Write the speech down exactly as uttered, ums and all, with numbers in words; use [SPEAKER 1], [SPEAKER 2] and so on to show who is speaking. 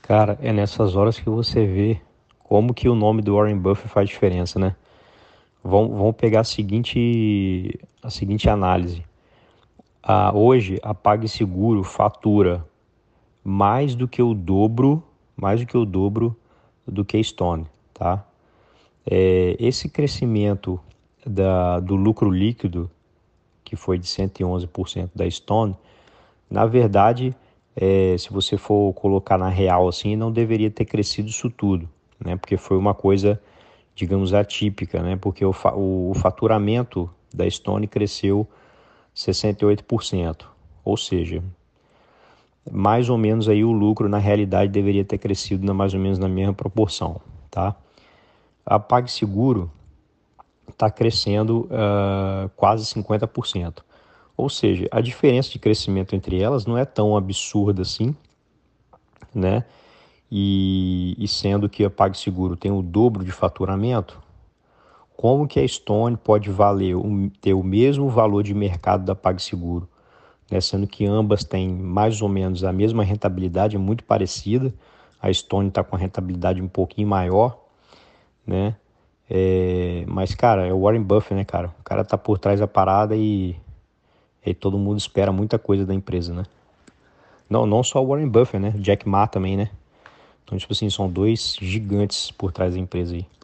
[SPEAKER 1] Cara, é nessas horas que você vê como que o nome do Warren Buffett faz diferença, né? Vamos, vamos pegar a seguinte, a seguinte análise. Ah, hoje, a PagSeguro fatura mais do que o dobro, mais do que o dobro do que a Stone, tá? É, esse crescimento da, do lucro líquido, que foi de cento e onze por cento da Stone, na verdade, é, se você for colocar na real assim, não deveria ter crescido isso tudo, né? Porque foi uma coisa, digamos, atípica, né? Porque o, fa o, o faturamento da Stone cresceu sessenta e oito por cento, ou seja, mais ou menos aí o lucro na realidade deveria ter crescido na, mais ou menos na mesma proporção, tá? A PagSeguro está crescendo uh, quase cinquenta por cento. Ou seja, a diferença de crescimento entre elas não é tão absurda assim, né? E, e sendo que a PagSeguro tem o dobro de faturamento, como que a Stone pode valer um, ter o mesmo valor de mercado da PagSeguro, né? Sendo que ambas têm mais ou menos a mesma rentabilidade, muito parecida. A Stone está com a rentabilidade um pouquinho maior, né? É, mas, cara, é o Warren Buffett, né, cara? O cara tá por trás da parada e, e todo mundo espera muita coisa da empresa, né? Não, não só o Warren Buffett, né? Jack Ma também, né? Então, tipo assim, são dois gigantes por trás da empresa aí.